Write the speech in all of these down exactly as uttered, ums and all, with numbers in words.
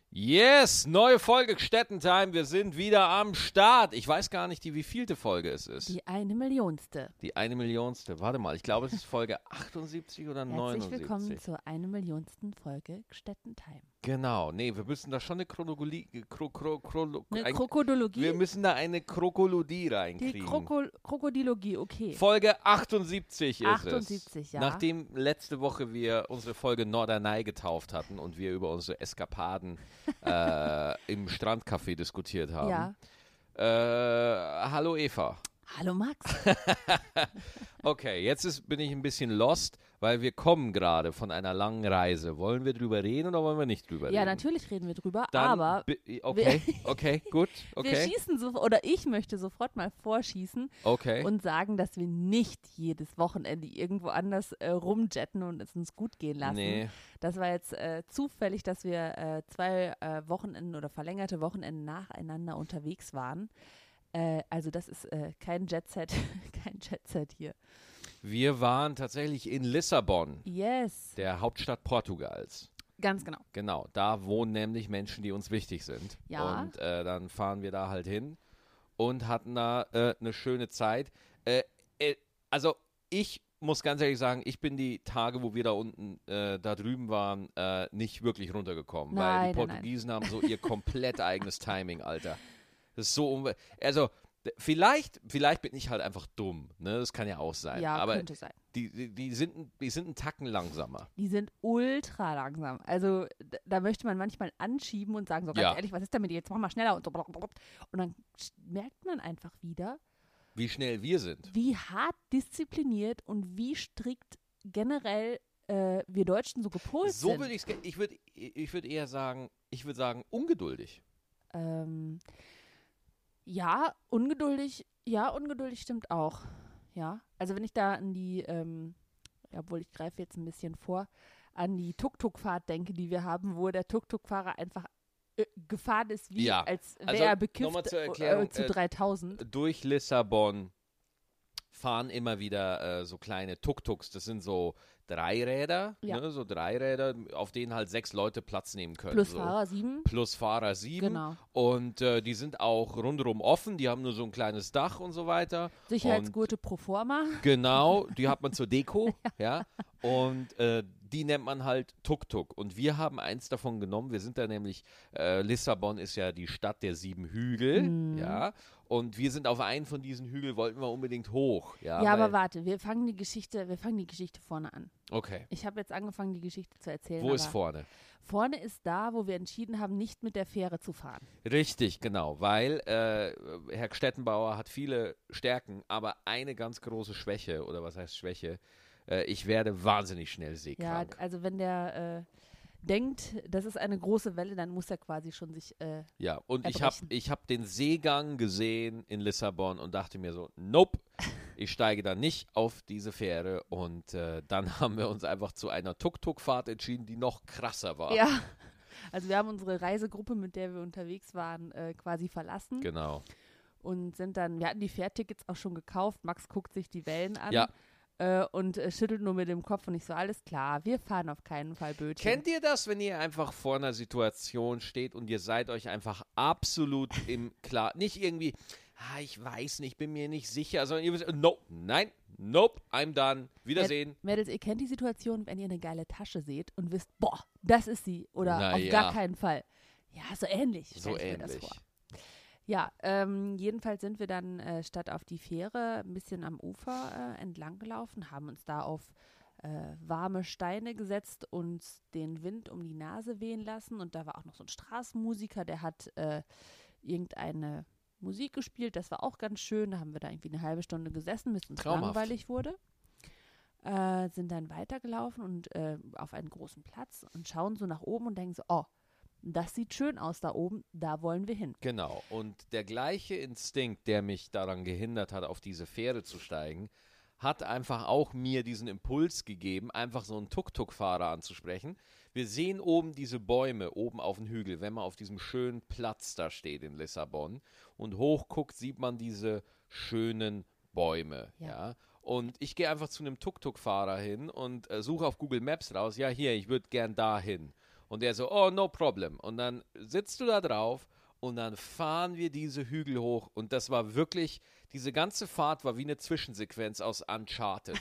Yes, neue Folge Gstettentime. Wir sind wieder am Start. Ich weiß gar nicht, die wievielte Folge es ist. Die eine Millionste. Die eine Millionste. Warte mal, ich glaube, es ist Folge achtundsiebzig oder neunundsiebzig. Herzlich willkommen zur eine Millionsten Folge Gstettentime. Genau, nee, wir müssen da schon eine Chronologie, Kro, Kro, Kro, Eine ein, Krokodologie? wir müssen da eine Krokolodie Die reinkriegen. Kroko Krokodilogie, okay. Folge achtundsiebzig ist achtundsiebzig, es. ja. Nachdem letzte Woche wir unsere Folge Norderney getauft hatten und wir über unsere Eskapaden äh, im Strandcafé diskutiert haben. Ja. Äh, hallo Eva. Hallo Max. Okay, jetzt ist, bin ich ein bisschen lost, weil wir kommen gerade von einer langen Reise. Wollen wir drüber reden oder wollen wir nicht drüber reden? Ja, natürlich reden wir drüber, Dann aber bi- okay, okay, gut, wir okay, schießen so, oder ich möchte sofort mal vorschießen okay. und sagen, dass wir nicht jedes Wochenende irgendwo anders äh, rumjetten und es uns gut gehen lassen. Nee, Das war jetzt äh, zufällig, dass wir äh, zwei äh, Wochenenden oder verlängerte Wochenenden nacheinander unterwegs waren. Äh, also das ist äh, kein Jetset, kein Jetset hier. wir waren tatsächlich in Lissabon, Yes, der Hauptstadt Portugals. ganz genau. Genau, da wohnen nämlich Menschen, die uns wichtig sind. Ja. Und äh, dann fahren wir da halt hin und hatten da äh, eine schöne Zeit. Äh, äh, also ich muss ganz ehrlich sagen, ich bin die Tage, wo wir da unten, äh, da drüben waren, äh, nicht wirklich runtergekommen. weil Nein, die nein, nein. Portugiesen haben so ihr komplett eigenes Timing, Alter. Das ist so, unwe- also d- vielleicht, vielleicht bin ich halt einfach dumm, ne? Das kann ja auch sein. Ja, Aber könnte sein. die, die, die, sind, ein- die sind einen Tacken langsamer. Die sind ultra langsam. Also d- da möchte man manchmal anschieben und sagen, so ganz Ja. ehrlich, was ist denn mit dir? Jetzt mach mal schneller und so. Und dann sch- merkt man einfach wieder, Wie schnell wir sind. wie hart diszipliniert und wie strikt generell äh, wir Deutschen so gepolt So sind. würde ich es, ich würde ich würd eher sagen, ich würde sagen, ungeduldig. Ähm, ja, ungeduldig, ja, ungeduldig stimmt auch. Ja, also wenn ich da an die, ähm, ja, obwohl ich greife jetzt ein bisschen vor, an die Tuk-Tuk-Fahrt denke, die wir haben, wo der Tuk-Tuk-Fahrer einfach äh, gefahren ist, wie Ja, als wäre also er nochmal bekifft zur Erklärung, äh, zu äh, dreitausend. Durch Lissabon fahren immer wieder äh, so kleine Tuk-Tuks. Das sind so Dreiräder, Ja. ne, so Dreiräder, auf denen halt sechs Leute Platz nehmen können. Plus so. Fahrer sieben. Plus Fahrer sieben. Genau. Und äh, die sind auch rundherum offen. Die haben nur so ein kleines Dach und so weiter. Sicherheitsgurte pro forma. Genau, die hat man zur Deko, ja. Und äh, die nennt man halt Tuk-Tuk. Und wir haben eins davon genommen. Wir sind da nämlich, äh, Lissabon ist ja die Stadt der sieben Hügel, Mhm. ja. Und wir sind auf einen von diesen Hügeln, wollten wir unbedingt hoch, ja. Ja, weil, aber warte, wir fangen die Geschichte, wir fangen die Geschichte vorne an. Okay, Ich habe jetzt angefangen, die Geschichte zu erzählen. wo aber ist vorne? Vorne ist da, wo wir entschieden haben, nicht mit der Fähre zu fahren. Richtig, genau, weil äh, Herr Stettenbauer hat viele Stärken, aber eine ganz große Schwäche, oder was heißt Schwäche? Äh, ich werde wahnsinnig schnell Ja, seekrank. also wenn der äh, denkt, das ist eine große Welle, dann muss er quasi schon sich, äh, Ja, und ich habe erbrechen. ich hab den Seegang gesehen in Lissabon und dachte mir so, nope, ich steige da nicht auf diese Fähre. Und äh, dann haben wir uns einfach zu einer Tuk-Tuk-Fahrt entschieden, die noch krasser war. ja. Also wir haben unsere Reisegruppe, mit der wir unterwegs waren, äh, quasi verlassen Genau. und sind dann, wir hatten die Fährtickets auch schon gekauft. Max guckt sich die Wellen an Ja. äh, und äh, schüttelt nur mit dem Kopf und ich so, alles klar, wir fahren auf keinen Fall Bötchen. Kennt ihr das, wenn ihr einfach vor einer Situation steht und ihr seid euch einfach absolut im Klar, nicht irgendwie, ah, ich weiß nicht, bin mir nicht sicher, sondern ihr wisst, nope, nein, nope, I'm done, Wiedersehen. Mädels, ihr kennt die Situation, wenn ihr eine geile Tasche seht und wisst, boah, das ist sie oder Na auf ja. gar keinen Fall. Ja, so ähnlich. So stell ich mir das ähnlich. vor. Ja, ähm, jedenfalls sind wir dann äh, statt auf die Fähre ein bisschen am Ufer äh, entlang gelaufen, haben uns da auf äh, warme Steine gesetzt und den Wind um die Nase wehen lassen. Und da war auch noch so ein Straßenmusiker, der hat äh, irgendeine Musik gespielt. Das war auch ganz schön. Da haben wir da irgendwie eine halbe Stunde gesessen, bis uns Traumhaft. langweilig wurde. Äh, sind dann weitergelaufen und äh, auf einen großen Platz und schauen so nach oben und denken so, oh, das sieht schön aus da oben, da wollen wir hin. Genau. Und der gleiche Instinkt, der mich daran gehindert hat, auf diese Fähre zu steigen, hat einfach auch mir diesen Impuls gegeben, einfach so einen Tuk-Tuk-Fahrer anzusprechen. Wir sehen oben diese Bäume, oben auf dem Hügel, wenn man auf diesem schönen Platz da steht in Lissabon und hochguckt, sieht man diese schönen Bäume, ja. Ja. Und ich gehe einfach zu einem Tuk-Tuk-Fahrer hin und äh, suche auf Google Maps raus, ja hier, ich würde gern dahin. Und der so, oh, no problem. Und dann sitzt du da drauf und dann fahren wir diese Hügel hoch. Und das war wirklich, diese ganze Fahrt war wie eine Zwischensequenz aus Uncharted.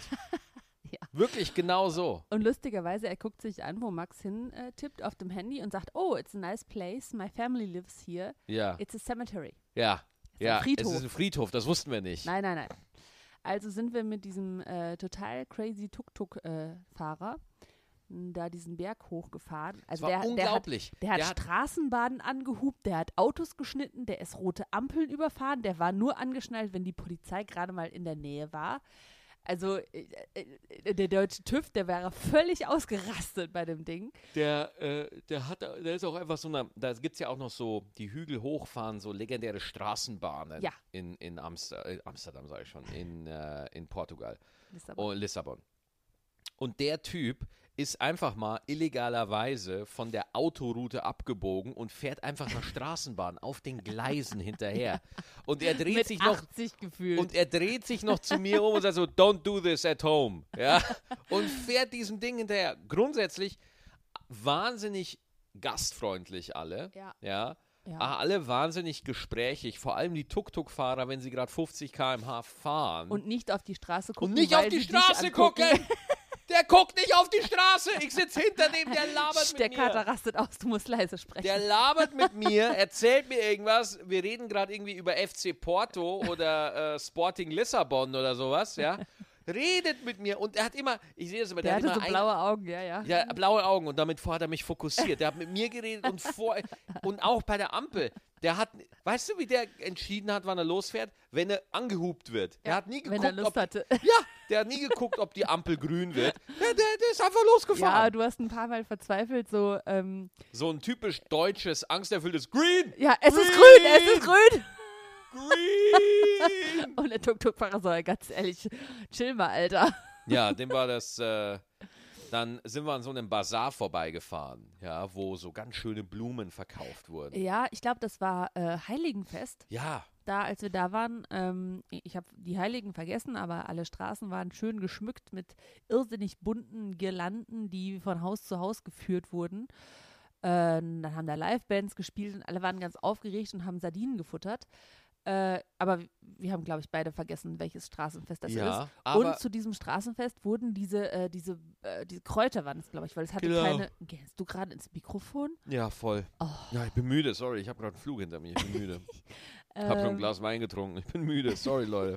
Ja. Wirklich genau so. Und lustigerweise, er guckt sich an, wo Max hin äh, tippt auf dem Handy und sagt, oh, it's a nice place, my family lives here, Ja, it's a cemetery. ja, ein ja. Friedhof. Es ist ein Friedhof, das wussten wir nicht. Nein, nein, nein. Also sind wir mit diesem äh, total crazy Tuk-Tuk-Fahrer äh, da diesen Berg hochgefahren. Also Das war der, unglaublich. Der hat, der hat Der hat- Straßenbahnen angehupt, der hat Autos geschnitten, der ist rote Ampeln überfahren, der war nur angeschnallt, wenn die Polizei gerade mal in der Nähe war. Also äh, äh, der deutsche TÜV, der wäre völlig ausgerastet bei dem Ding. Der, äh, der hat, der ist auch einfach so eine, da gibt es ja auch noch so, die Hügel hochfahren, so legendäre Straßenbahnen Ja. in, in Amster, äh, Amsterdam, sage ich schon, in, äh, in Portugal, Lissabon. oh, Lissabon. Und der Typ ist einfach mal illegalerweise von der Autoroute abgebogen und fährt einfach nach Straßenbahn auf den Gleisen hinterher. Und er dreht Mit sich noch achtzig gefühlt. und er dreht sich noch zu mir um und sagt so, don't do this at home. Ja? Und fährt diesem Ding hinterher. Grundsätzlich wahnsinnig gastfreundlich alle. Ja. Ja. Ja. Ah, alle wahnsinnig gesprächig. Vor allem die Tuk-Tuk-Fahrer, wenn sie gerade fünfzig Kilometer pro Stunde fahren. Und nicht auf die Straße gucken, Und nicht weil auf die sie dich Straße angucken. gucken! Der guckt nicht auf die Straße! Ich sitze hinter dem, der labert mit Der mir. Kater rastet aus, du musst leise sprechen. Der labert mit mir, erzählt mir irgendwas. Wir reden gerade irgendwie über F C Porto oder äh, Sporting Lissabon oder sowas, ja. Redet mit mir und er hat immer, ich sehe es immer, der der, hatte hat so immer ein, blaue Augen, ja, ja. ja, blaue Augen und damit hat er mich fokussiert. Der hat mit mir geredet und vor und auch bei der Ampel. Der hat, weißt du, wie der entschieden hat, wann er losfährt? Wenn er angehupt wird. Der Ja, hat nie wenn geguckt, er Lust ob, hatte. ja, der hat nie geguckt, ob die Ampel grün wird. Der, der, der ist einfach losgefahren. Ja, du hast ein paar Mal verzweifelt, so, ähm, So ein typisch deutsches, angsterfülltes Green. ja, es ist Green! grün, es ist grün. Green! Und der Tuk-Tuk-Fahrer so, ganz ehrlich, chill mal, Alter. Ja, dem war das, äh, dann sind wir an so einem Bazar vorbeigefahren, ja, wo so ganz schöne Blumen verkauft wurden. Ja, ich glaube, das war äh, Heiligenfest. Ja, Da, als wir da waren, ähm, ich habe die Heiligen vergessen, aber alle Straßen waren schön geschmückt mit irrsinnig bunten Girlanden, die von Haus zu Haus geführt wurden. Äh, dann haben da Livebands gespielt und alle waren ganz aufgeregt und haben Sardinen gefuttert. Äh, aber wir haben, glaube ich, beide vergessen, welches Straßenfest das ja, ist. aber Und zu diesem Straßenfest wurden diese, äh, diese, äh, diese Kräuter waren es, glaube ich, weil es hatte Genau. keine. Gehst du gerade ins Mikrofon? ja, voll. Oh. Ja, ich bin müde, sorry, ich habe gerade einen Flug hinter mir, ich bin müde. Ich habe schon ein Ähm, Glas Wein getrunken, ich bin müde, sorry, Leute.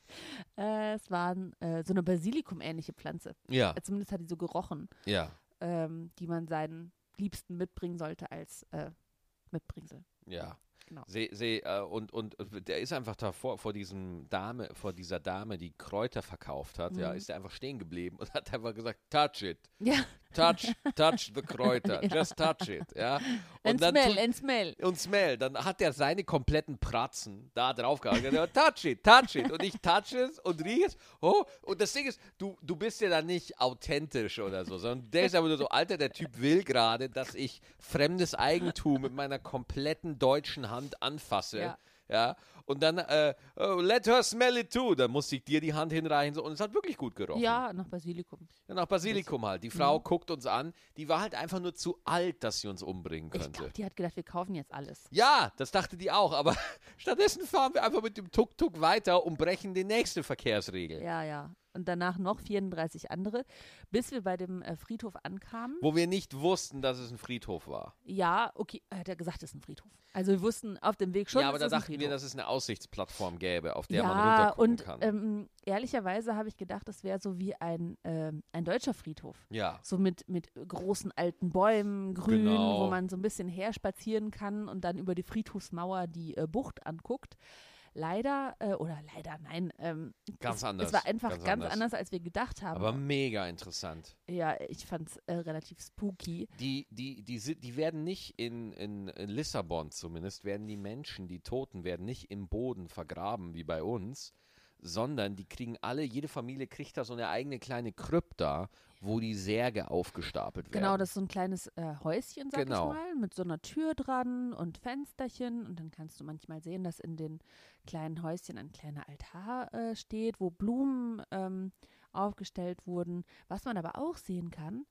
äh, es waren äh, so eine Basilikum-ähnliche Pflanze. Ja, Äh, Zumindest hat die so gerochen, ja, ähm, die man seinen Liebsten mitbringen sollte als äh, Mitbringsel. ja. Genau. Seh, seh, äh, und, und und der ist einfach da vor, vor diesem Dame, vor dieser Dame, die Kräuter verkauft hat, ja, Mhm. ist er einfach stehen geblieben und hat einfach gesagt, touch it. Ja, Touch, touch the Kräuter, Ja. just touch it, ja. ein Und dann Smell, tut- ein Smell. und Smell, dann hat er seine kompletten Pratzen da drauf gehauen. Er hat gesagt, touch it, touch it. Und ich touch es und riech es. Oh, und das Ding ist, du, du bist ja dann nicht authentisch oder so, sondern der ist aber nur so, Alter, der Typ will gerade, dass ich fremdes Eigentum mit meiner kompletten deutschen Hand anfasse. Ja. Ja, und dann, äh, oh, let her smell it too. Dann musste ich dir die Hand hinreichen so, und es hat wirklich gut gerochen. Ja, nach Basilikum. Ja, nach Basilikum halt. Die Frau guckt uns an. Die war halt einfach nur zu alt, dass sie uns umbringen Ich könnte. glaube, die hat gedacht, wir kaufen jetzt alles. Ja, das dachte die auch. Aber stattdessen fahren wir einfach mit dem Tuk-Tuk weiter und brechen die nächste Verkehrsregel. Ja, ja. Und danach noch vierunddreißig andere, bis wir bei dem äh, Friedhof ankamen. Wo wir nicht wussten, dass es ein Friedhof war. Ja, okay, hat er gesagt, es ist ein Friedhof. Also wir wussten auf dem Weg schon, ja, aber es da ist ein dachten Friedhof. wir, dass es eine Aussichtsplattform gäbe, auf der ja, man runtergucken und kann. ähm, ehrlicherweise habe ich gedacht, das wäre so wie ein, ähm, ein deutscher Friedhof. ja. So mit, mit großen alten Bäumen, grün, Genau. wo man so ein bisschen herspazieren kann und dann über die Friedhofsmauer die äh, Bucht anguckt. Leider, äh, oder leider, nein, ähm, Ganz es, anders, es war einfach ganz ganz, anders. anders. als wir gedacht haben. Aber mega interessant. ja, ich fand es äh, relativ spooky. Die, die, die, si- die werden nicht in, in, in Lissabon zumindest, werden die Menschen, die Toten, werden nicht im Boden vergraben wie bei uns, sondern die kriegen alle, jede Familie kriegt da so eine eigene kleine Krypta, wo die Särge aufgestapelt werden. Genau, das ist so ein kleines äh, Häuschen, sag Genau. ich mal, mit so einer Tür dran und Fensterchen. Und dann kannst du manchmal sehen, dass in den kleinen Häuschen ein kleiner Altar äh, steht, wo Blumen ähm, aufgestellt wurden. Was man aber auch sehen kann,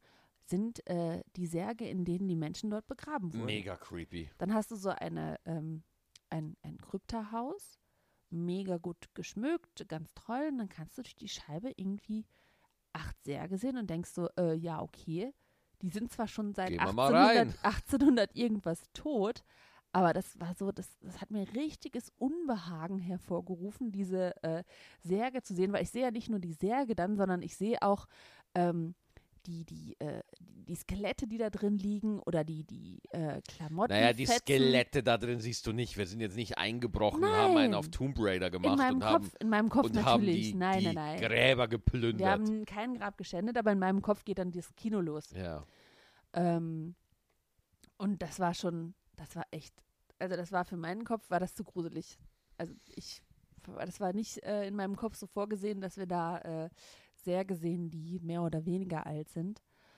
sind äh, die Särge, in denen die Menschen dort begraben wurden. Mega creepy. Dann hast du so eine, ähm, ein, ein Kryptahaus, mega gut geschmückt, ganz toll. Und dann kannst du durch die Scheibe irgendwie acht Särge sehen und denkst so, äh, ja, okay, die sind zwar schon seit Gehen wir mal rein. achtzehnhundert, achtzehnhundert irgendwas tot, aber das war so, das, das hat mir richtiges Unbehagen hervorgerufen, diese äh, Särge zu sehen, weil ich sehe ja nicht nur die Särge dann, sondern ich sehe auch ähm, die, die, äh, die Skelette, die da drin liegen oder die, die äh, Klamotten. Naja, die Fetzen. Skelette da drin siehst du nicht. Wir sind jetzt nicht eingebrochen Nein. und haben einen auf Tomb Raider gemacht in meinem und, Kopf, haben, in meinem Kopf und haben natürlich. die, nein, die nein, nein. Gräber geplündert. Wir haben kein Grab geschändet, aber in meinem Kopf geht dann das Kino los. Ja. Ähm, und das war schon, das war echt, also das war für meinen Kopf, war das zu gruselig. Also ich, das war nicht äh, in meinem Kopf so vorgesehen, dass wir da äh, Särge sehen, die mehr oder weniger alt sind.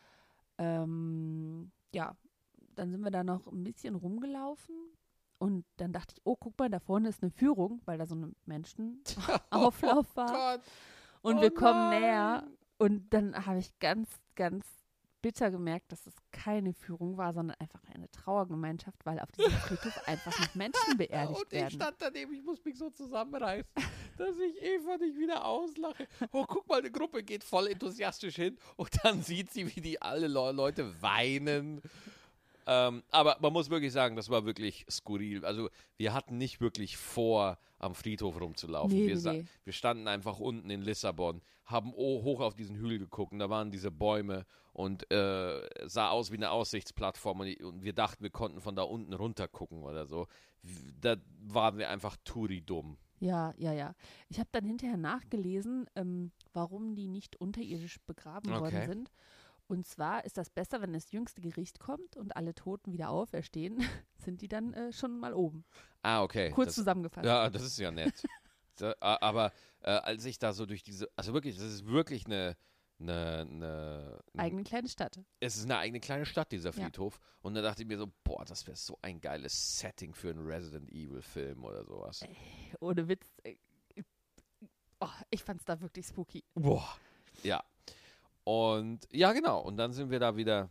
Ähm, ja, dann sind wir da noch ein bisschen rumgelaufen und dann dachte ich, oh, guck mal, da vorne ist eine Führung, weil da so ein Menschenauflauf war. Gott. Und Oh wir kommen nein. näher und dann habe ich ganz, ganz bitter gemerkt, dass es keine Führung war, sondern einfach eine Trauergemeinschaft, weil auf diesem Friedhof einfach noch Menschen beerdigt Und ich werden. stand daneben, ich muss mich so zusammenreißen, dass ich Eva nicht wieder auslache. Oh, guck mal, eine Gruppe geht voll enthusiastisch hin und dann sieht sie, wie die alle Le- Leute weinen. Ähm, aber man muss wirklich sagen, das war wirklich skurril. Also wir hatten nicht wirklich vor, am Friedhof rumzulaufen. Nee, wir, nee, sa- nee. wir standen einfach unten in Lissabon, haben oh, hoch auf diesen Hügel geguckt und da waren diese Bäume und äh, sah aus wie eine Aussichtsplattform und, und wir dachten, wir konnten von da unten runter gucken oder so. W- Da waren wir einfach turi-dumm. Ja, ja, ja. Ich habe dann hinterher nachgelesen, ähm, warum die nicht unterirdisch begraben Okay. worden sind. Und zwar ist das besser, wenn das jüngste Gericht kommt und alle Toten wieder auferstehen, sind die dann äh, schon mal oben. Ah, okay. Kurz das, zusammengefasst. Ja, das ist ja nett. Da, a- aber äh, als ich da so durch diese, also wirklich, das ist wirklich eine, eine, eine, eine Eigene kleine Stadt. es ist eine eigene kleine Stadt, dieser Ja. Friedhof. Und da dachte ich mir so, boah, das wäre so ein geiles Setting für einen Resident Evil Film oder sowas. Ohne Witz. äh, Oh, ich fand's da wirklich spooky. Boah. Ja. Und ja, genau. Und dann sind wir da wieder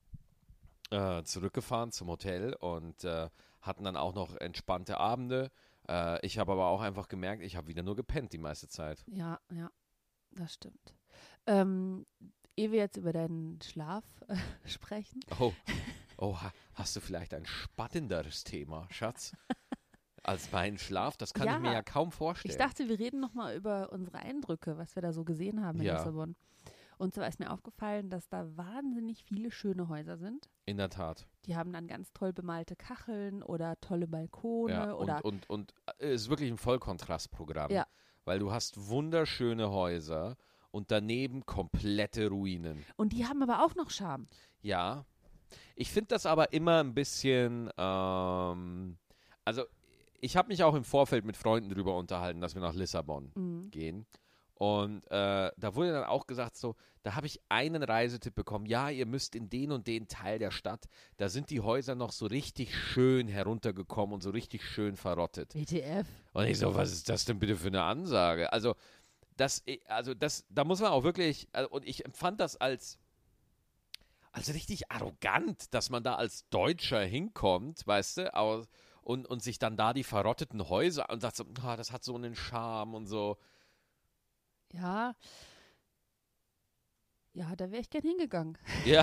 äh, zurückgefahren zum Hotel und äh, hatten dann auch noch entspannte Abende. Äh, ich habe aber auch einfach gemerkt, ich habe wieder nur gepennt die meiste Zeit. Ja, ja, das stimmt. Ähm, ehe wir jetzt über deinen Schlaf äh, sprechen. Oh, oh ha, hast du vielleicht ein spannenderes Thema, Schatz? Als meinen Schlaf? Das kann Ja, ich mir ja kaum vorstellen. Ich dachte, wir reden nochmal über unsere Eindrücke, was wir da so gesehen haben in Ja. Lissabon. Und zwar ist mir aufgefallen, dass da wahnsinnig viele schöne Häuser sind. In der Tat. Die haben dann ganz toll bemalte Kacheln oder tolle Balkone Ja, oder und, und, und es ist wirklich ein Vollkontrastprogramm. Ja. Weil du hast wunderschöne Häuser und daneben komplette Ruinen. und die haben aber auch noch Charme. Ja. Ich finde das aber immer ein bisschen, ähm, also ich habe mich auch im Vorfeld mit Freunden drüber unterhalten, dass wir nach Lissabon Mhm. gehen. Und äh, da wurde dann auch gesagt, so, da habe ich einen Reisetipp bekommen, ja, ihr müsst in den und den Teil der Stadt, da sind die Häuser noch so richtig schön heruntergekommen und so richtig schön verrottet. W T F. Und ich so, was ist das denn bitte für eine Ansage? Also, das, also das, da muss man auch wirklich, also, und ich empfand das als, als richtig arrogant, dass man da als Deutscher hinkommt, weißt du, aus, und, und sich dann da die verrotteten Häuser und sagt so, ah, das hat so einen Charme und so. Ja. Ja, da wäre ich gern hingegangen. Ja.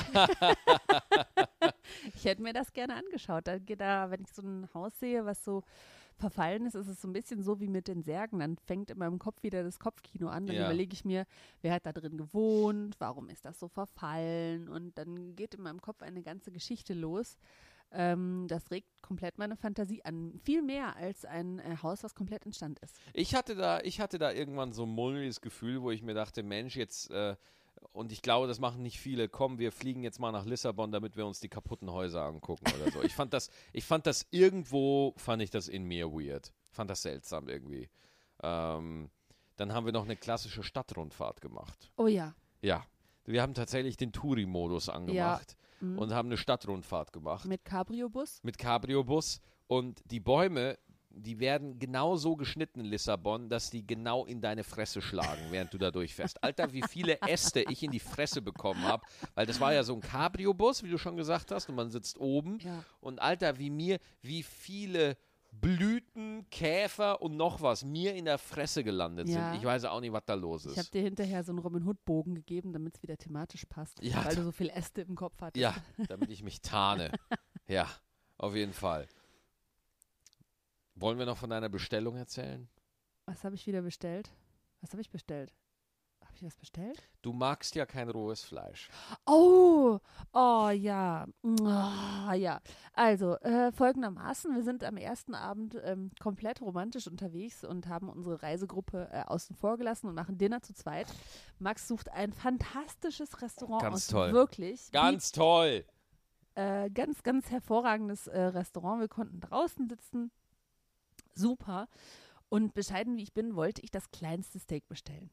Ich hätte mir das gerne angeschaut. Da, geht da, wenn ich so ein Haus sehe, was so verfallen ist, ist es so ein bisschen so wie mit den Särgen. Dann fängt in meinem Kopf wieder das Kopfkino an. Dann Ja. überlege ich mir, wer hat da drin gewohnt, warum ist das so verfallen? Und dann geht in meinem Kopf eine ganze Geschichte los. Ähm, das regt komplett meine Fantasie an. Viel mehr als ein äh, Haus, was komplett instand ist. Ich hatte da, ich hatte da irgendwann so ein mulmiges Gefühl, wo ich mir dachte, Mensch, jetzt, äh, und ich glaube, das machen nicht viele, komm, wir fliegen jetzt mal nach Lissabon, damit wir uns die kaputten Häuser angucken oder so. Ich fand das, ich fand das irgendwo, fand ich das in mir weird. Fand das seltsam irgendwie. Ähm, dann haben wir noch eine klassische Stadtrundfahrt gemacht. Oh ja. Ja, wir haben tatsächlich den Touri-Modus angemacht Mhm. und haben eine Stadtrundfahrt gemacht. Mit Cabrio-Bus. Mit Cabrio-Bus und die Bäume, die werden genau so geschnitten in Lissabon, dass die genau in deine Fresse schlagen, während du da durchfährst. Alter, wie viele Äste ich in die Fresse bekommen habe, weil das war ja so ein Cabrio-Bus, wie du schon gesagt hast, und man sitzt oben. Ja. Und Alter, wie mir, wie viele Blüten, Käfer und noch was mir in der Fresse gelandet Ja. sind. Ich weiß auch nicht, was da los Ich ist. habe dir hinterher so einen Robin Hood-Bogen gegeben, damit es wieder thematisch passt, Ja. weil du so viel Äste im Kopf hattest. Ja, damit ich mich tarne. Ja, auf jeden Fall. Wollen wir noch von deiner Bestellung erzählen? Was habe ich wieder bestellt? Was habe ich bestellt? Habe ich was bestellt? Du magst ja kein rohes Fleisch. Oh, oh ja. Oh, ja. Also, äh, folgendermaßen, wir sind am ersten Abend ähm, komplett romantisch unterwegs und haben unsere Reisegruppe äh, außen vor gelassen und machen Dinner zu zweit. Max sucht ein fantastisches Restaurant Ganz aus. toll. Wirklich. Ganz toll. Äh, ganz, ganz hervorragendes äh, Restaurant. Wir konnten draußen sitzen. Super. Und bescheiden wie ich bin, wollte ich das kleinste Steak bestellen.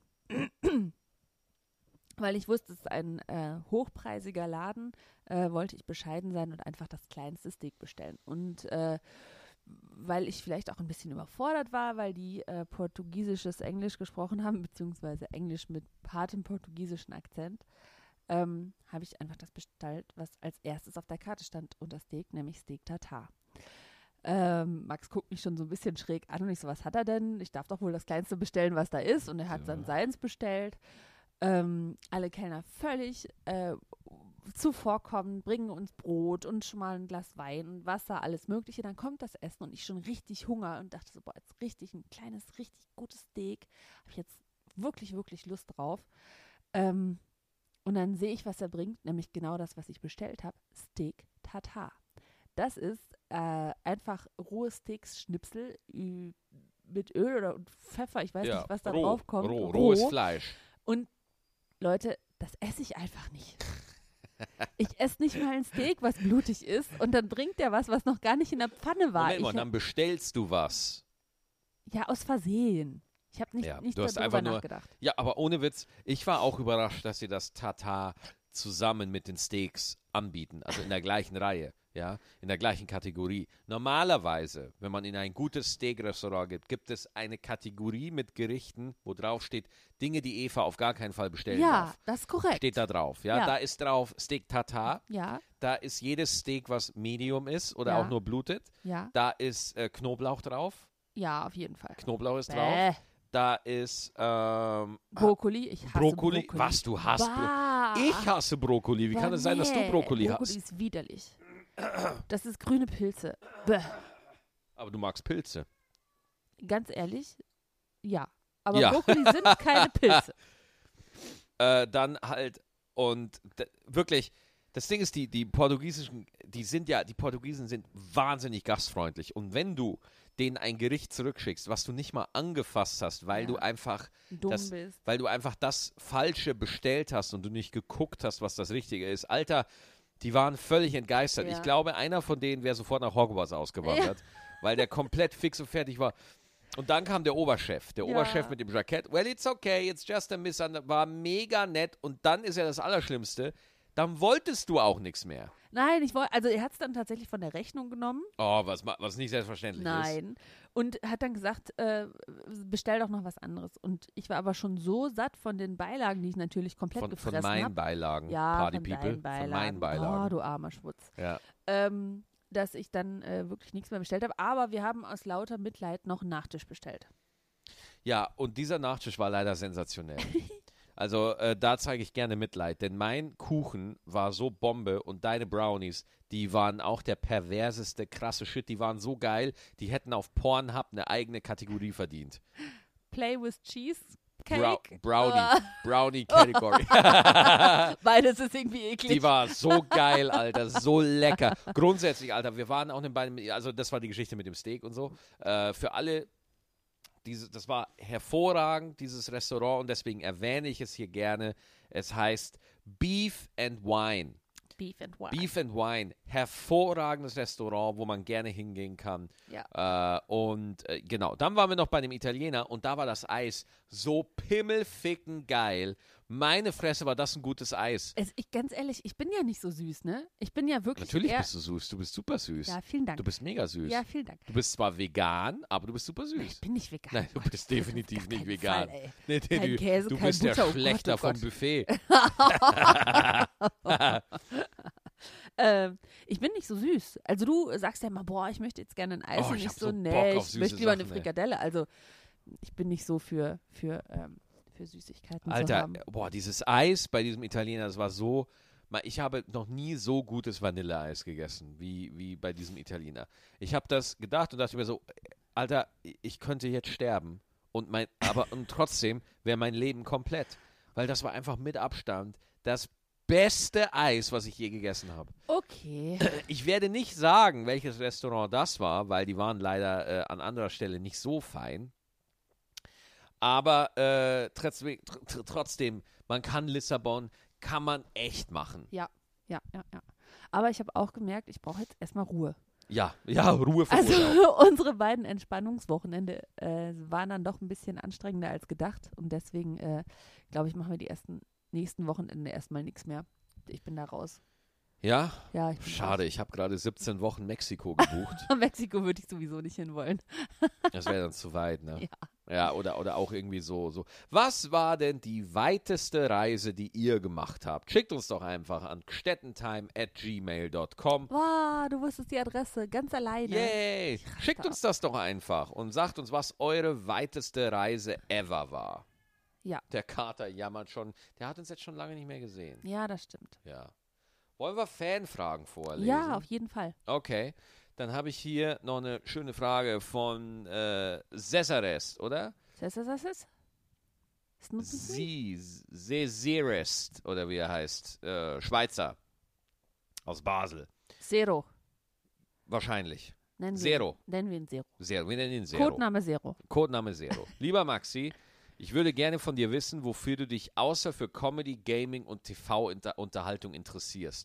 Weil ich wusste, es ist ein äh, hochpreisiger Laden, äh, wollte ich bescheiden sein und einfach das kleinste Steak bestellen. Und äh, weil ich vielleicht auch ein bisschen überfordert war, weil die äh, portugiesisches Englisch gesprochen haben, beziehungsweise Englisch mit hartem portugiesischen Akzent, ähm, habe ich einfach das bestellt, was als erstes auf der Karte stand unter Steak, nämlich Steak Tartare. Ähm, Max guckt mich schon so ein bisschen schräg an und ich so, was hat er denn? Ich darf doch wohl das Kleinste bestellen, was da ist. Und er hat Ja. dann seins bestellt. Ähm, alle Kellner völlig äh, zuvorkommen, bringen uns Brot und schon mal ein Glas Wein und Wasser, alles Mögliche. Dann kommt das Essen und ich schon richtig Hunger und dachte so, boah, jetzt richtig ein kleines, richtig gutes Steak. Habe ich jetzt wirklich, wirklich Lust drauf. Ähm, und dann sehe ich, was er bringt, nämlich genau das, was ich bestellt habe, Steak Tartare. Das ist äh, einfach rohe Steaks-Schnipsel ü- mit Öl oder Pfeffer, ich weiß Ja, nicht, was da roh, drauf kommt. roh, rohes Fleisch. Und Leute, das esse ich einfach nicht. Ich esse nicht mal ein Steak, was blutig ist und dann bringt der was, was noch gar nicht in der Pfanne war. Moment mal, ich, dann bestellst du was. ja, aus Versehen. Ich habe nicht, Ja, nicht du hast darüber einfach nur- nachgedacht. Ja, aber ohne Witz, ich war auch überrascht, dass sie das Tartar zusammen mit den Steaks anbieten, also in der gleichen Reihe, ja, in der gleichen Kategorie. Normalerweise, wenn man in ein gutes Steak-Restaurant geht, gibt es eine Kategorie mit Gerichten, wo drauf steht, Dinge, die Eva auf gar keinen Fall bestellen Ja, darf. das ist korrekt. Steht da drauf, ja? Ja. Da ist drauf Steak Tartar, Ja, da ist jedes Steak, was Medium ist oder Ja. auch nur blutet. ja, Da ist äh, Knoblauch drauf, ja, auf jeden Fall. Knoblauch ist drauf. Bäh. Da ist ähm, Brokkoli, ich hasse Brokkoli. Brokkoli. Was, du hasst Brokkoli? Bah. Ich hasse Brokkoli. Wie Bah, kann es sein, dass du nee. Brokkoli Brokkoli hast? ist widerlich. Das ist grüne Pilze. Bäh. Aber du magst Pilze. Ganz ehrlich, ja. Aber Ja. Brokkoli sind keine Pilze. Äh, dann halt, und d- wirklich, das Ding ist, die, die portugiesischen, die sind ja, die Portugiesen sind wahnsinnig gastfreundlich. Und wenn du denen ein Gericht zurückschickst, was du nicht mal angefasst hast, weil Ja. du einfach Dumm Das- bist. weil du einfach das Falsche bestellt hast und du nicht geguckt hast, was das Richtige ist. Alter, die waren völlig entgeistert. Ja. Ich glaube, einer von denen wäre sofort nach Hogwarts ausgewandert, weil der komplett fix und fertig war. Und dann kam der Oberchef, der Ja. Oberchef mit dem Jackett. Well, it's okay, it's just a misunderstanding. War mega nett. Und dann ist ja das Allerschlimmste, dann wolltest du auch nichts mehr. Nein, ich wollte, also er hat es dann tatsächlich von der Rechnung genommen. Oh, was, ma- was nicht selbstverständlich ist. Nein. Und hat dann gesagt, äh, bestell doch noch was anderes. Und ich war aber schon so satt von den Beilagen, die ich natürlich komplett Von, von gefressen meinen habe. Beilagen, Ja, Party von People. deinen Beilagen. Von meinen Oh, Beilagen. du armer Schwutz. Ja. Ähm, dass ich dann äh, wirklich nichts mehr bestellt habe. Aber wir haben aus lauter Mitleid noch einen Nachtisch bestellt. Ja, und dieser Nachtisch war leider sensationell. Also äh, da zeige ich gerne Mitleid, denn mein Kuchen war so Bombe und deine Brownies, die waren auch der perverseste, krasse Shit. Die waren so geil, die hätten auf Pornhub eine eigene Kategorie verdient. Play with Cheese Brou Cake. Brownie, Oh. Brownie Category. Beides ist irgendwie eklig. Die war so geil, Alter, so lecker. Grundsätzlich, Alter, wir waren auch bei einem, also das war die Geschichte mit dem Steak und so. Äh, für alle, diese, das war hervorragend, dieses Restaurant, und deswegen erwähne ich es hier gerne. Es heißt Beef and Wine. Beef and Wine. Beef and Wine, hervorragendes Restaurant, wo man gerne hingehen kann. Ja. Äh, und äh, genau, dann waren wir noch bei dem Italiener und da war das Eis so pimmelficken geil. Meine Fresse, war das ein gutes Eis. Es, ich, ganz ehrlich, ich bin ja nicht so süß, ne? Ich bin ja wirklich Natürlich eher, bist du süß, du bist super süß. Ja, vielen Dank. Du bist mega süß. Ja, vielen Dank. Du bist zwar vegan, aber du bist super süß. Nein, ich bin nicht vegan. Nein, du Gott, bist das definitiv auf nicht keinen vegan. Fall, ey. Nee, nee, Kein du, Käse, du kein bist der Butter, oh Gott, Schlechter oh vom Gott. Buffet. ähm, ich bin nicht so süß. Also du sagst ja immer, boah, ich möchte jetzt gerne ein Eis Oh, und ich ich hab so, so Bock nee, auf ich süße möchte lieber eine Sachen, ey. Frikadelle. Also ich bin nicht so für, für, ähm, für Süßigkeiten zu Alter, haben. boah, dieses Eis bei diesem Italiener, das war so, ich habe noch nie so gutes Vanilleeis gegessen, wie, wie bei diesem Italiener. Ich habe das gedacht und dachte mir so, Alter, ich könnte jetzt sterben. Und mein, aber und trotzdem wäre mein Leben komplett. Weil das war einfach mit Abstand das beste Eis, was ich je gegessen habe. Okay. Ich werde nicht sagen, welches Restaurant das war, weil die waren leider äh, an anderer Stelle nicht so fein. Aber äh, trotzdem, tr- trotzdem, man kann Lissabon, kann man echt machen. Ja, ja, ja, ja. Aber ich habe auch gemerkt, ich brauche jetzt erstmal Ruhe. Ja, ja, Ruhe für Also Urlaub. unsere beiden Entspannungswochenende äh, waren dann doch ein bisschen anstrengender als gedacht. Und deswegen, äh, glaube ich, machen wir die ersten nächsten Wochenende erstmal nichts mehr. Ich bin da raus. Ja? Ja, ich bin Schade, ich habe gerade siebzehn Wochen Mexiko gebucht. raus. Mexiko würde ich sowieso nicht hinwollen. Das wäre dann zu weit, ne? Ja. Ja, oder, oder auch irgendwie so, so. Was war denn die weiteste Reise, die ihr gemacht habt? Schickt uns doch einfach an gstettentime at gmail dot com. Wow, du wusstest die Adresse ganz alleine. Yay! Schickt uns das doch einfach und sagt uns, was eure weiteste Reise ever war. Ja. Der Kater jammert schon. Der hat uns jetzt schon lange nicht mehr gesehen. Ja, das stimmt. Ja. Wollen wir Fanfragen vorlesen? Ja, auf jeden Fall. Okay. Dann habe ich hier noch eine schöne Frage von äh, Cesarest, oder? Was ist das? Ist Snoopy? Sie, Cesarest, oder wie er heißt. Äh, Schweizer. Aus Basel. Zero. Wahrscheinlich. Nennen wir Zero. Ihn, nennen wir ihn Zero. Zero. Wir nennen ihn Zero. Codename Zero. Codename Zero. Lieber Maxi, ich würde gerne von dir wissen, wofür du dich außer für Comedy, Gaming und T V-Unterhaltung interessierst.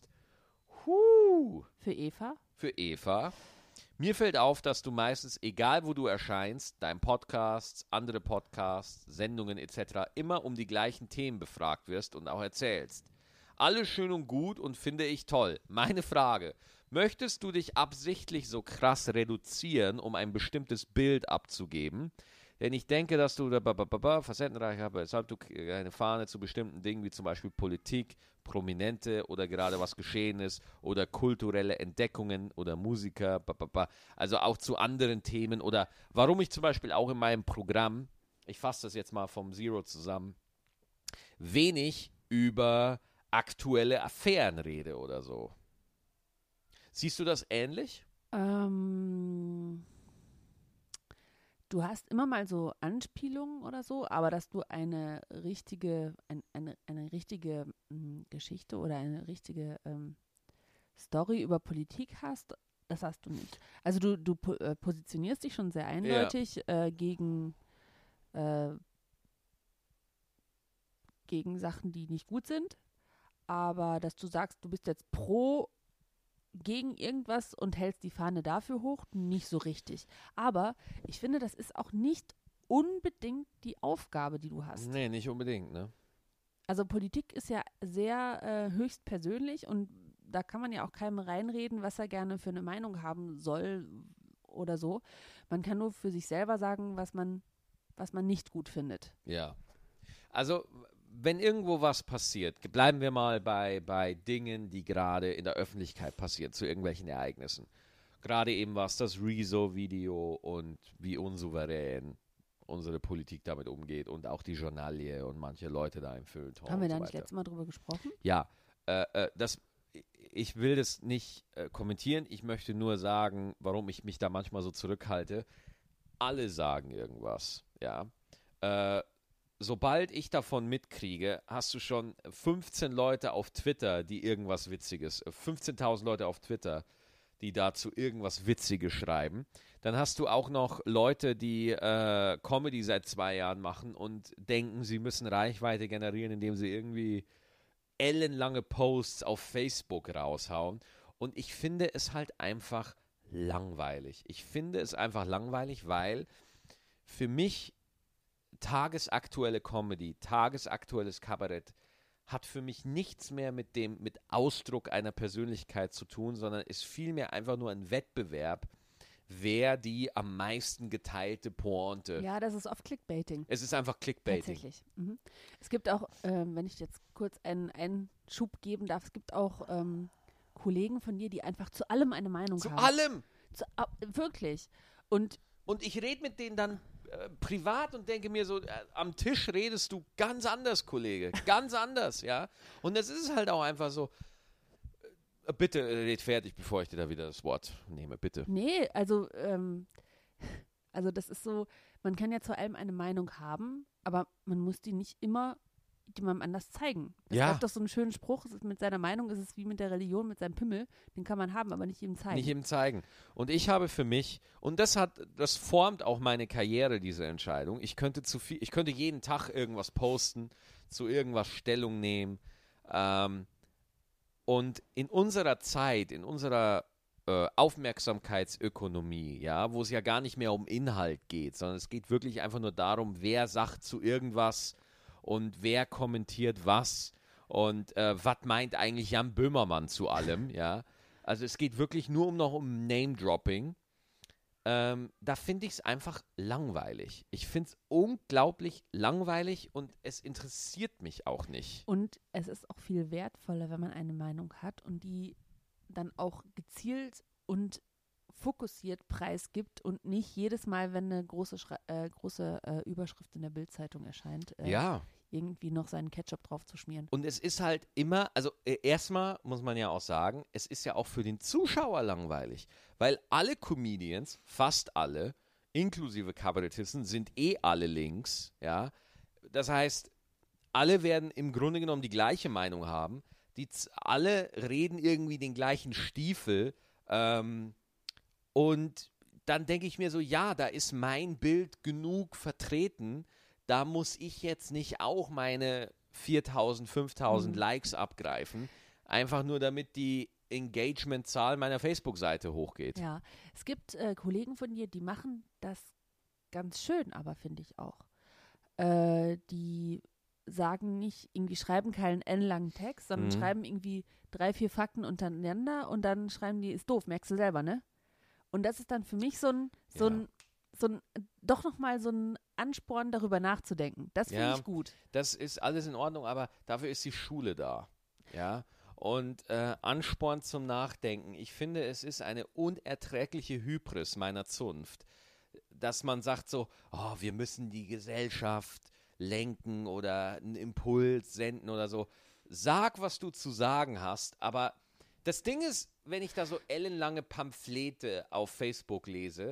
Huh. Für Eva? Für Eva. Mir fällt auf, dass du meistens, egal wo du erscheinst, dein Podcast, andere Podcasts, Sendungen et cetera, immer um die gleichen Themen befragt wirst und auch erzählst. Alles schön und gut und finde ich toll. Meine Frage, möchtest du dich absichtlich so krass reduzieren, um ein bestimmtes Bild abzugeben? Denn ich denke, dass du da, ba, ba, ba, ba, facettenreich hast, weshalb du eine Fahne zu bestimmten Dingen wie zum Beispiel Politik, Prominente oder gerade was geschehen ist oder kulturelle Entdeckungen oder Musiker, ba, ba, ba, also auch zu anderen Themen oder warum ich zum Beispiel auch in meinem Programm, ich fasse das jetzt mal vom Zero zusammen, wenig über aktuelle Affären rede oder so. Siehst du das ähnlich? Ähm, du hast immer mal so Anspielungen oder so, aber dass du eine richtige, ein, eine, eine richtige mh, Geschichte oder eine richtige ähm, Story über Politik hast, das hast du nicht. Also du, du po äh, positionierst dich schon sehr eindeutig ja. äh, gegen äh, gegen Sachen, die nicht gut sind, aber dass du sagst, du bist jetzt pro gegen irgendwas und hältst die Fahne dafür hoch, nicht so richtig. Aber ich finde, das ist auch nicht unbedingt die Aufgabe, die du hast. Nee, nicht unbedingt, ne? Also Politik ist ja sehr äh, höchst persönlich und da kann man ja auch keinem reinreden, was er gerne für eine Meinung haben soll oder so. Man kann nur für sich selber sagen, was man, was man nicht gut findet. Ja. Also wenn irgendwo was passiert, bleiben wir mal bei, bei Dingen, die gerade in der Öffentlichkeit passieren, zu irgendwelchen Ereignissen. Gerade eben was das Rezo-Video und wie unsouverän unsere Politik damit umgeht und auch die Journalie und manche Leute da im Feuilleton. Haben wir und da so nicht weiter. letztes Mal drüber gesprochen? Ja, äh, äh, das, ich will das nicht äh, kommentieren. Ich möchte nur sagen, warum ich mich da manchmal so zurückhalte. Alle sagen irgendwas, ja. Äh, Sobald ich davon mitkriege, hast du schon fünfzehn Leute auf Twitter, die irgendwas Witziges, fünfzehntausend Leute auf Twitter, die dazu irgendwas Witziges schreiben. Dann hast du auch noch Leute, die äh, Comedy seit zwei Jahren machen und denken, sie müssen Reichweite generieren, indem sie irgendwie ellenlange Posts auf Facebook raushauen. Und ich finde es halt einfach langweilig. Ich finde es einfach langweilig, weil für mich tagesaktuelle Comedy, tagesaktuelles Kabarett hat für mich nichts mehr mit dem, mit Ausdruck einer Persönlichkeit zu tun, sondern ist vielmehr einfach nur ein Wettbewerb, wer die am meisten geteilte Pointe. Ja, das ist oft Clickbaiting. Es ist einfach Clickbaiting. Tatsächlich. Mhm. Es gibt auch, ähm, wenn ich jetzt kurz einen Einschub geben darf, es gibt auch ähm, Kollegen von dir, die einfach zu allem eine Meinung Zu haben. allem! Zu allem! Wirklich. Und Und ich rede mit denen dann äh, privat und denke mir so, äh, am Tisch redest du ganz anders, Kollege. Ganz anders, ja. Und das ist halt auch einfach so, äh, bitte red fertig, bevor ich dir da wieder das Wort nehme, bitte. nee, also, ähm, also das ist so, man kann ja zu allem eine Meinung haben, aber man muss die nicht immer jemandem anders zeigen. Es Ja. gibt doch so einen schönen Spruch, es ist mit seiner Meinung ist es wie mit der Religion, mit seinem Pimmel, den kann man haben, aber nicht jedem zeigen. Nicht jedem zeigen. Und ich habe für mich, und das hat, das formt auch meine Karriere, diese Entscheidung. Ich könnte zu viel, ich könnte jeden Tag irgendwas posten, zu irgendwas Stellung nehmen. Ähm, und in unserer Zeit, in unserer äh, Aufmerksamkeitsökonomie, ja, wo es ja gar nicht mehr um Inhalt geht, sondern es geht wirklich einfach nur darum, wer sagt zu irgendwas und wer kommentiert was und äh, was meint eigentlich Jan Böhmermann zu allem, ja. Also es geht wirklich nur um noch um Name-Dropping. Ähm, da finde ich es einfach langweilig. Ich finde es unglaublich langweilig und es interessiert mich auch nicht. Und es ist auch viel wertvoller, wenn man eine Meinung hat und die dann auch gezielt und fokussiert preisgibt und nicht jedes Mal, wenn eine große, Schre- äh, große äh, Überschrift in der Bild-Zeitung erscheint, äh, Ja. irgendwie noch seinen Ketchup drauf zu schmieren. Und es ist halt immer, also äh, erstmal muss man ja auch sagen, es ist ja auch für den Zuschauer langweilig, weil alle Comedians, fast alle, inklusive Kabarettisten, sind eh alle links, ja. Das heißt, alle werden im Grunde genommen die gleiche Meinung haben, die z- alle reden irgendwie den gleichen Stiefel, ähm, und dann denke ich mir so, ja, da ist mein Bild genug vertreten, da muss ich jetzt nicht auch meine viertausend, fünftausend Mhm. Likes abgreifen, einfach nur damit die Engagement-Zahl meiner Facebook-Seite hochgeht. Ja, es gibt äh, Kollegen von dir, die machen das ganz schön, aber finde ich auch. Äh, die sagen nicht, irgendwie schreiben keinen ellenlangen Text, sondern Mhm. schreiben irgendwie drei, vier Fakten untereinander und dann schreiben die, ist doof, merkst du selber, ne? Und das ist dann für mich so ein, so Ja. ein, so ein, doch nochmal so ein Ansporn, darüber nachzudenken. Das finde Ja. ich gut. Das ist alles in Ordnung, aber dafür ist die Schule da. Ja. Und äh, Ansporn zum Nachdenken. Ich finde, es ist eine unerträgliche Hybris meiner Zunft, dass man sagt so, oh, wir müssen die Gesellschaft lenken oder einen Impuls senden oder so. Sag, was du zu sagen hast, aber das Ding ist, wenn ich da so ellenlange Pamphlete auf Facebook lese,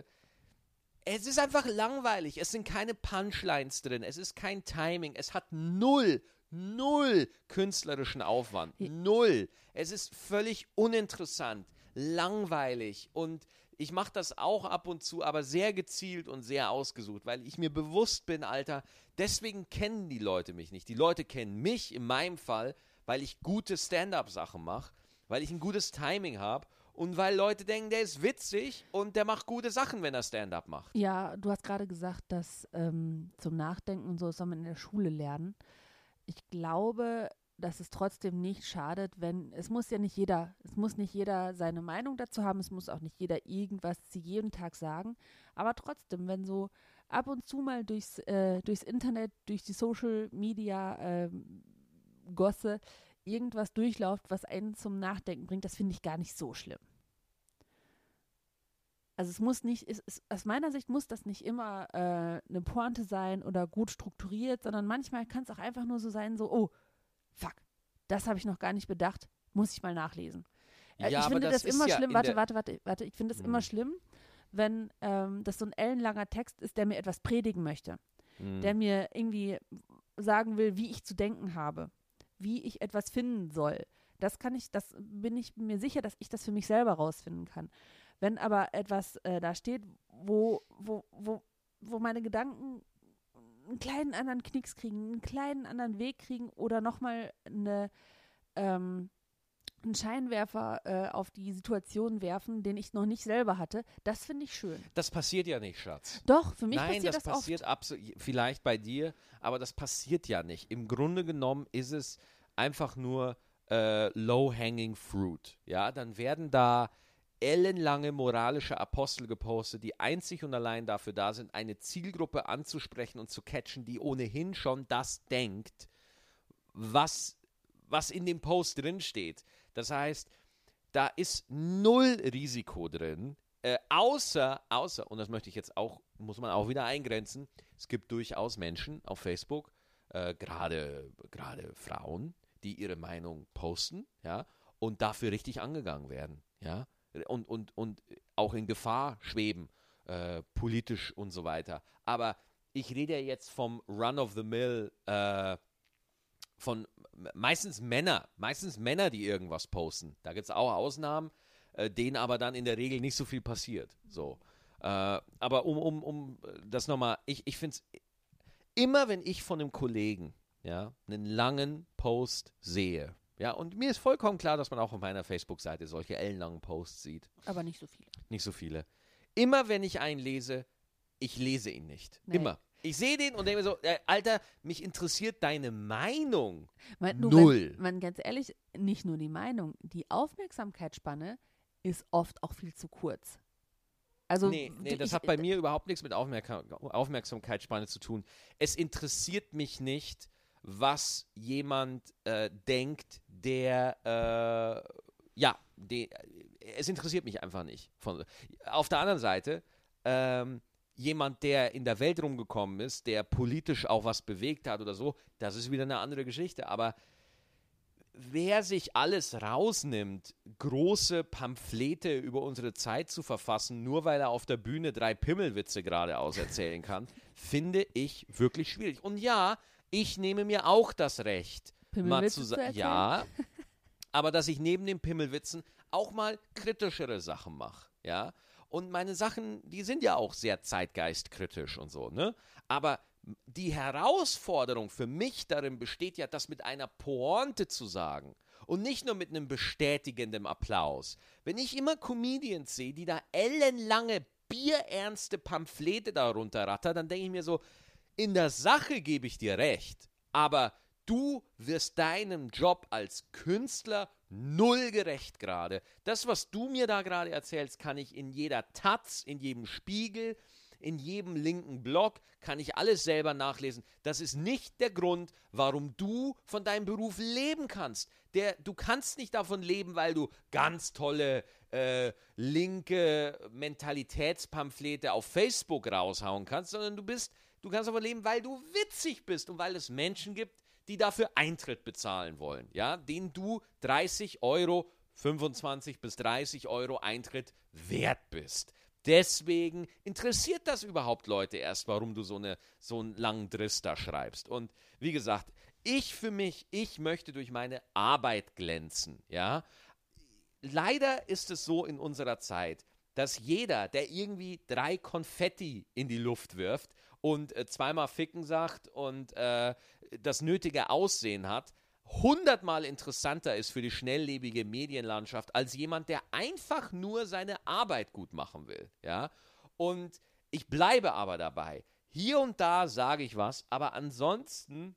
es ist einfach langweilig. Es sind keine Punchlines drin. Es ist kein Timing. Es hat null, null künstlerischen Aufwand. Ja. Null. Es ist völlig uninteressant, langweilig. Und ich mache das auch ab und zu, aber sehr gezielt und sehr ausgesucht, weil ich mir bewusst bin, Alter, deswegen kennen die Leute mich nicht. Die Leute kennen mich in meinem Fall, weil ich gute Stand-up-Sachen mache, weil ich ein gutes Timing habe. Und weil Leute denken, der ist witzig und der macht gute Sachen, wenn er Stand-up macht. Ja, du hast gerade gesagt, dass ähm, zum Nachdenken und so soll man in der Schule lernen. Ich glaube, dass es trotzdem nicht schadet, wenn, es muss ja nicht jeder, es muss nicht jeder seine Meinung dazu haben, es muss auch nicht jeder irgendwas zu jedem Tag sagen, aber trotzdem, wenn so ab und zu mal durchs, äh, durchs Internet, durch die Social Media ähm, Gosse irgendwas durchläuft, was einen zum Nachdenken bringt, das finde ich gar nicht so schlimm. Also es muss nicht, es, es, aus meiner Sicht muss das nicht immer äh, eine Pointe sein oder gut strukturiert, sondern manchmal kann es auch einfach nur so sein, so, oh, fuck, das habe ich noch gar nicht bedacht, muss ich mal nachlesen. Äh, Ja, ich aber finde das das, ist immer ja schlimm, in warte, der- warte, warte, warte, ich finde das Hm. immer schlimm, wenn ähm, das so ein ellenlanger Text ist, der mir etwas predigen möchte, Hm. der mir irgendwie sagen will, wie ich zu denken habe, wie ich etwas finden soll. Das kann ich, das bin ich mir sicher, dass ich das für mich selber rausfinden kann. Wenn aber etwas äh, da steht, wo, wo, wo, wo meine Gedanken einen kleinen anderen Knicks kriegen, einen kleinen anderen Weg kriegen oder nochmal eine, ähm, einen Scheinwerfer äh, auf die Situation werfen, den ich noch nicht selber hatte. Das finde ich schön. Das passiert ja nicht, Schatz. Doch, für mich Nein, passiert das das passiert oft. absolut, vielleicht bei dir, aber das passiert ja nicht. Im Grunde genommen ist es einfach nur äh, low-hanging fruit. Ja, dann werden da ellenlange moralische Apostel gepostet, die einzig und allein dafür da sind, eine Zielgruppe anzusprechen und zu catchen, die ohnehin schon das denkt, was, was in dem Post drinsteht. Das heißt, da ist null Risiko drin, äh, außer, außer, und das möchte ich jetzt auch, muss man auch wieder eingrenzen, es gibt durchaus Menschen auf Facebook, äh, gerade gerade Frauen, die ihre Meinung posten, ja, und dafür richtig angegangen werden, ja, und, und, und auch in Gefahr schweben, äh, politisch und so weiter. Aber ich rede ja jetzt vom Run-of-the-Mill, äh, von meistens Männer, meistens Männer, die irgendwas posten. Da gibt es auch Ausnahmen, äh, denen aber dann in der Regel nicht so viel passiert. So. Äh, aber um, um, um das nochmal, ich, ich finde es, immer wenn ich von einem Kollegen, ja, einen langen Post sehe, ja, und mir ist vollkommen klar, dass man auch auf meiner Facebook-Seite solche ellenlangen Posts sieht. Aber nicht so viele. Nicht so viele. Immer wenn ich einen lese, ich lese ihn nicht. Nee. Immer. Ich sehe den und denke mir so, äh, Alter, mich interessiert deine Meinung. Man, nur Null. Wenn, man, ganz ehrlich, nicht nur die Meinung, die Aufmerksamkeitsspanne ist oft auch viel zu kurz. Also, Nee, nee ich, das hat bei mir überhaupt nichts mit Aufmerksam- Aufmerksamkeitsspanne zu tun. Es interessiert mich nicht, was jemand äh, denkt, der, äh, ja, de, es interessiert mich einfach nicht. Von, auf der anderen Seite, ähm, jemand, der in der Welt rumgekommen ist, der politisch auch was bewegt hat oder so, das ist wieder eine andere Geschichte. Aber wer sich alles rausnimmt, große Pamphlete über unsere Zeit zu verfassen, nur weil er auf der Bühne drei Pimmelwitze geradeaus erzählen kann, finde ich wirklich schwierig. Und ja, ich nehme mir auch das Recht, mal zu sagen, ja, aber dass ich neben den Pimmelwitzen auch mal kritischere Sachen mache, ja. Und meine Sachen, die sind ja auch sehr zeitgeistkritisch und so, ne? Aber die Herausforderung für mich darin besteht ja, das mit einer Pointe zu sagen und nicht nur mit einem bestätigenden Applaus. Wenn ich immer Comedians sehe, die da ellenlange, bierernste Pamphlete darunter rattern, dann denke ich mir so, in der Sache gebe ich dir recht, aber du wirst deinem Job als Künstler null gerecht gerade. Das, was du mir da gerade erzählst, kann ich in jeder Taz, in jedem Spiegel, in jedem linken Blog, kann ich alles selber nachlesen. Das ist nicht der Grund, warum du von deinem Beruf leben kannst. Der, du kannst nicht davon leben, weil du ganz tolle äh, linke Mentalitätspamphlete auf Facebook raushauen kannst, sondern du bist, du kannst davon leben, weil du witzig bist und weil es Menschen gibt, die dafür Eintritt bezahlen wollen, ja, denen du dreißig Euro, fünfundzwanzig bis dreißig Euro Eintritt wert bist. Deswegen interessiert das überhaupt Leute erst, warum du so, eine, so einen langen Driss da schreibst. Und wie gesagt, ich für mich, ich möchte durch meine Arbeit glänzen, ja. Leider ist es so in unserer Zeit, dass jeder, der irgendwie drei Konfetti in die Luft wirft und äh, zweimal Ficken sagt und äh, das nötige Aussehen hat, hundertmal interessanter ist für die schnelllebige Medienlandschaft als jemand, der einfach nur seine Arbeit gut machen will. Ja? Und ich bleibe aber dabei. Hier und da sage ich was, aber ansonsten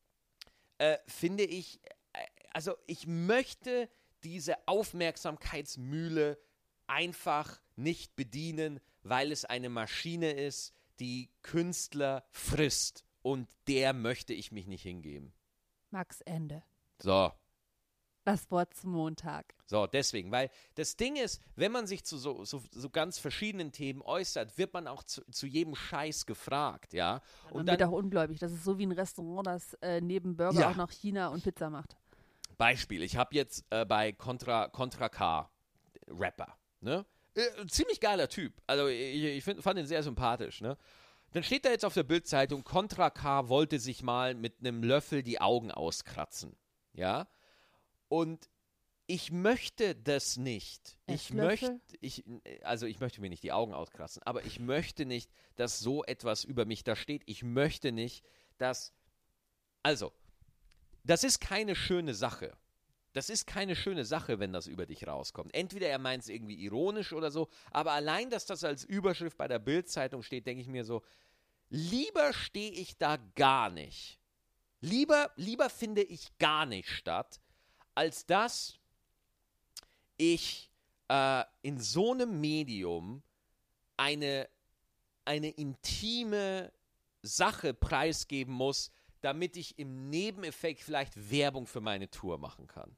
äh, finde ich, äh, also ich möchte diese Aufmerksamkeitsmühle einfach nicht bedienen, weil es eine Maschine ist, die Künstler frisst. Und der möchte ich mich nicht hingeben. Max, Ende. So. Das Wort zum Montag. So, deswegen, weil das Ding ist, wenn man sich zu so, so, so ganz verschiedenen Themen äußert, wird man auch zu, zu jedem Scheiß gefragt, ja. Und Und man dann, wird auch ungläubig. Das ist so wie ein Restaurant, das äh, neben Burger Ja. auch noch China und Pizza macht. Beispiel, ich habe jetzt äh, bei Contra, Contra K, Rapper, ne? Äh, ziemlich geiler Typ. Also ich, ich find, fand ihn sehr sympathisch, ne? Dann steht da jetzt auf der Bild-Zeitung, Contra K wollte sich mal mit einem Löffel die Augen auskratzen, ja? Und ich möchte das nicht. Ich Esslöffel? möchte, ich, also ich möchte mir nicht die Augen auskratzen, aber ich möchte nicht, dass so etwas über mich da steht. Ich möchte nicht, dass, also, das ist keine schöne Sache. Das ist keine schöne Sache, wenn das über dich rauskommt. Entweder er meint es irgendwie ironisch oder so, aber allein, dass das als Überschrift bei der Bild-Zeitung steht, denke ich mir so, lieber stehe ich da gar nicht. Lieber, lieber finde ich gar nicht statt, als dass ich äh, in so einem Medium eine, eine intime Sache preisgeben muss, damit ich im Nebeneffekt vielleicht Werbung für meine Tour machen kann.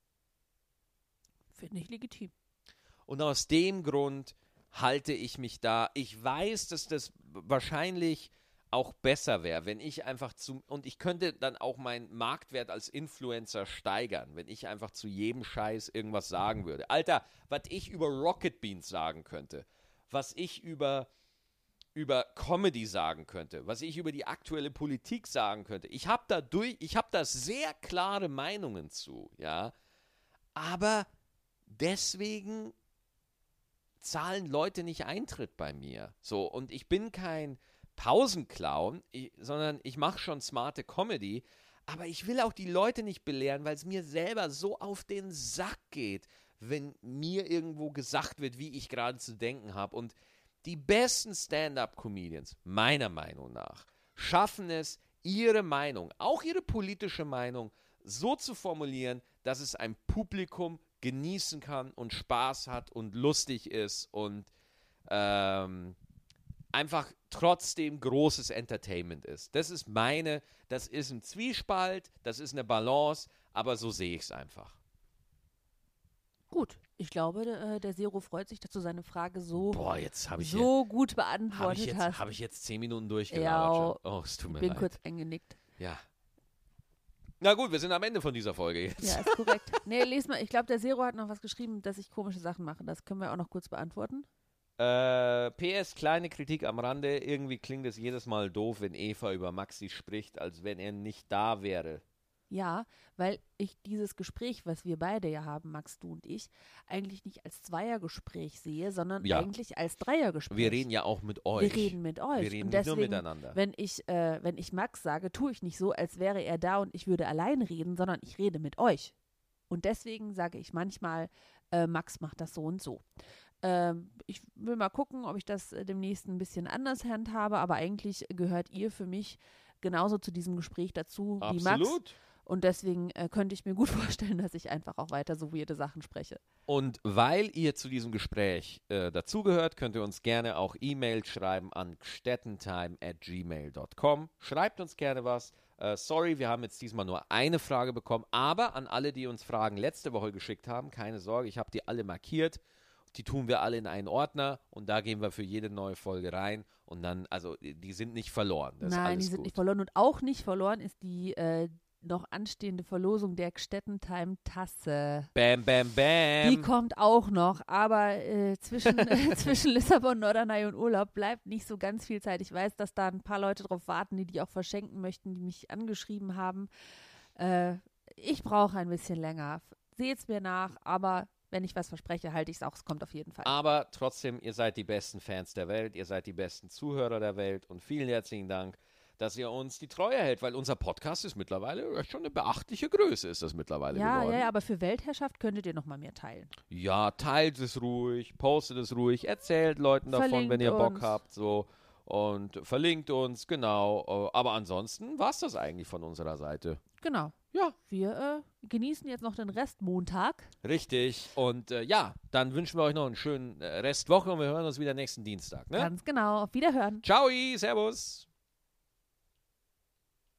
Finde ich legitim. Und aus dem Grund halte ich mich da. Ich weiß, dass das wahrscheinlich auch besser wäre, wenn ich einfach zu, und ich könnte dann auch meinen Marktwert als Influencer steigern, wenn ich einfach zu jedem Scheiß irgendwas sagen würde. Alter, was ich über Rocket Beans sagen könnte, was ich über, über Comedy sagen könnte, was ich über die aktuelle Politik sagen könnte. Ich habe da durch, ich habe da sehr klare Meinungen zu, ja, aber deswegen zahlen Leute nicht Eintritt bei mir. So, und ich bin kein Pausenclown, ich, sondern ich mache schon smarte Comedy, aber ich will auch die Leute nicht belehren, weil es mir selber so auf den Sack geht, wenn mir irgendwo gesagt wird, wie ich gerade zu denken habe. Und die besten Stand-up-Comedians, meiner Meinung nach, schaffen es, ihre Meinung, auch ihre politische Meinung, so zu formulieren, dass es ein Publikum genießen kann und Spaß hat und lustig ist und ähm, einfach trotzdem großes Entertainment ist. Das ist meine, das ist ein Zwiespalt, das ist eine Balance, aber so sehe ich es einfach. Gut, ich glaube, der, der Zero freut sich, dass du seine Frage so, Boah, jetzt habe ich so hier, gut hab beantwortet ich jetzt, hast. habe ich jetzt zehn Minuten durchgelabert Ja, schon. Oh, es tut mir Ich bin leid. kurz eingenickt. Ja. Na gut, wir sind am Ende von dieser Folge jetzt. Ja, ist korrekt. Nee, les mal. Ich glaube, der Zero hat noch was geschrieben, dass ich komische Sachen mache. Das können wir auch noch kurz beantworten. Äh, P S, kleine Kritik am Rande. Irgendwie klingt es jedes Mal doof, wenn Eva über Maxi spricht, als wenn er nicht da wäre. Ja, weil ich dieses Gespräch, was wir beide ja haben, Max, du und ich, eigentlich nicht als Zweiergespräch sehe, sondern Ja. eigentlich als Dreiergespräch. Wir reden ja auch mit euch. Wir reden mit euch. Wir reden und nicht nur deswegen, miteinander. Wenn ich, äh, wenn ich Max sage, tue ich nicht so, als wäre er da und ich würde allein reden, sondern ich rede mit euch. Und deswegen sage ich manchmal, äh, Max macht das so und so. Ähm, ich will mal gucken, ob ich das äh, demnächst ein bisschen anders handhabe, aber eigentlich gehört ihr für mich genauso zu diesem Gespräch dazu wie Max. Absolut. Und deswegen äh, könnte ich mir gut vorstellen, dass ich einfach auch weiter so weirde Sachen spreche. Und weil ihr zu diesem Gespräch äh, dazugehört, könnt ihr uns gerne auch E-Mail schreiben an gstettentime at gmail dot com. Schreibt uns gerne was. Äh, sorry, wir haben jetzt diesmal nur eine Frage bekommen, aber an alle, die uns Fragen letzte Woche geschickt haben, keine Sorge, ich habe die alle markiert. Die tun wir alle in einen Ordner und da gehen wir für jede neue Folge rein und dann, also die sind nicht verloren. Das ist Nein, alles die sind gut. nicht verloren. Und auch nicht verloren ist die äh, noch anstehende Verlosung der Gstettentime-Tasse. Bam, bam, bam. Die kommt auch noch, aber äh, zwischen, äh, zwischen Lissabon, Norderney und Urlaub bleibt nicht so ganz viel Zeit. Ich weiß, dass da ein paar Leute drauf warten, die die auch verschenken möchten, die mich angeschrieben haben. Äh, ich brauche ein bisschen länger. Seht's mir nach, aber wenn ich was verspreche, halte ich es auch. Es kommt auf jeden Fall. Aber trotzdem, ihr seid die besten Fans der Welt, ihr seid die besten Zuhörer der Welt und vielen herzlichen Dank, dass ihr uns die Treue hält, weil unser Podcast ist mittlerweile schon eine beachtliche Größe, ist das mittlerweile Ja, geworden. ja, ja, aber für Weltherrschaft könntet ihr noch mal mehr teilen. Ja, teilt es ruhig, postet es ruhig, erzählt Leuten davon, Verlinkt wenn ihr Bock uns. habt, so und verlinkt uns, genau. Aber ansonsten war es das eigentlich von unserer Seite. Genau. Ja. Wir äh, genießen jetzt noch den Rest Montag. Richtig. Und äh, ja, dann wünschen wir euch noch einen schönen äh, Restwoche und wir hören uns wieder nächsten Dienstag. Ne? Ganz genau. Auf Wiederhören. Ciao, servus.